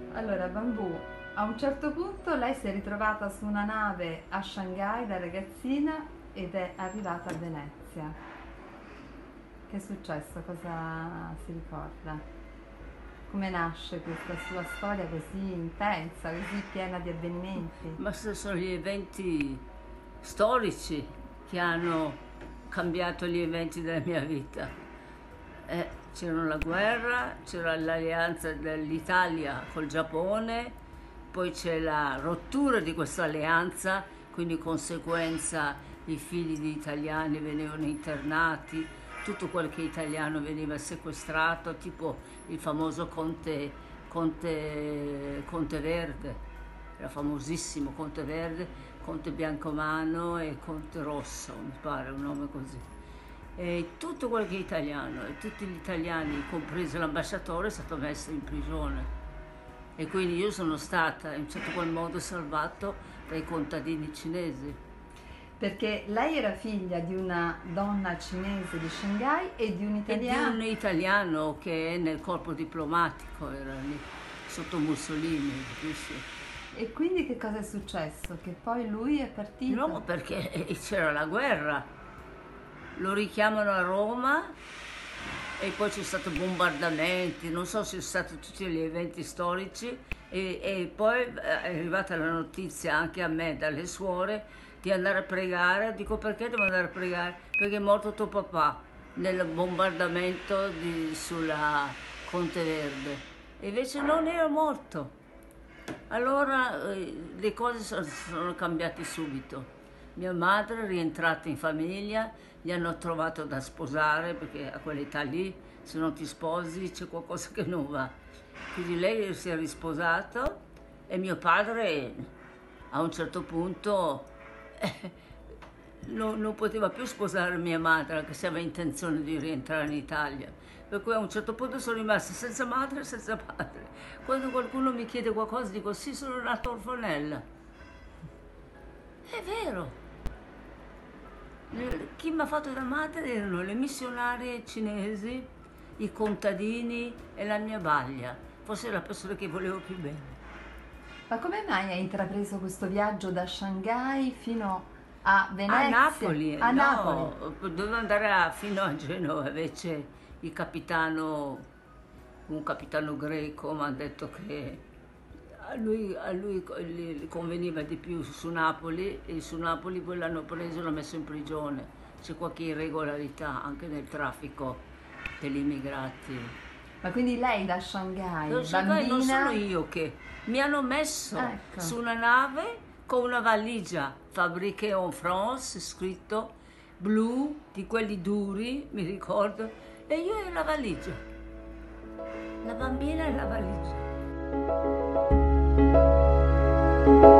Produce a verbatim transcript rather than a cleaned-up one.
Allora, Bambù, a un certo punto lei si è ritrovata su una nave a Shanghai da ragazzina ed è arrivata a Venezia. Che è successo? Cosa si ricorda? Come nasce questa sua storia così intensa, così piena di avvenimenti? Ma se sono gli eventi storici che hanno cambiato gli eventi della mia vita. Eh, c'era la guerra, c'era l'alleanza dell'Italia col Giappone, poi c'è la rottura di questa alleanza, quindi conseguenza i figli di italiani venivano internati, tutto quel che è italiano veniva sequestrato, tipo il famoso Conte, Conte, Conte Verde, era famosissimo Conte Verde, Conte Biancomano e Conte Rosso, mi pare un nome così. E tutto quel che è italiano, e tutti gli italiani, compreso l'ambasciatore, è stato messo in prigione. E quindi io sono stata in un certo qual modo salvato dai contadini cinesi. Perché lei era figlia di una donna cinese di Shanghai e di un E di italiano. un italiano che è nel corpo diplomatico, era lì, sotto Mussolini, capisci? E quindi che cosa è successo? Che poi lui è partito? No, perché c'era la guerra, lo richiamano a Roma e poi c'è stato bombardamenti, non so se sono stati tutti gli eventi storici e, e poi è arrivata la notizia anche a me dalle suore di andare a pregare. Dico, perché devo andare a pregare? Perché è morto tuo papà nel bombardamento di, sulla Conte Verde, e invece non era morto. Allora eh, le cose sono, sono cambiate subito. Mia madre è rientrata in famiglia, gli hanno trovato da sposare, perché a quell'età lì se non ti sposi c'è qualcosa che non va. Quindi lei si è risposato e mio padre a un certo punto eh, non, non poteva più sposare mia madre, anche se aveva intenzione di rientrare in Italia. Per cui a un certo punto sono rimasta senza madre e senza padre. Quando qualcuno mi chiede qualcosa dico sì, sono nata orfanella. È vero. Chi mi ha fatto da madre erano le missionarie cinesi, i contadini e la mia baglia. Forse la persona che volevo più bene. Ma come mai hai intrapreso questo viaggio da Shanghai fino a Venezia? A Napoli, A no, Napoli. dovevo andare a- fino a Genova, invece il capitano, un capitano greco, mi ha detto che a lui, a lui gli conveniva di più su Napoli, e su Napoli poi l'hanno preso e l'hanno messo in prigione. C'è qualche irregolarità anche nel traffico degli immigrati. Ma quindi lei da Shanghai, Non so, non sono bambina. io che mi hanno messo Ecco. su una nave con una valigia Fabrique en France, scritto blu, di quelli duri, mi ricordo, e io e la valigia, la bambina e la valigia.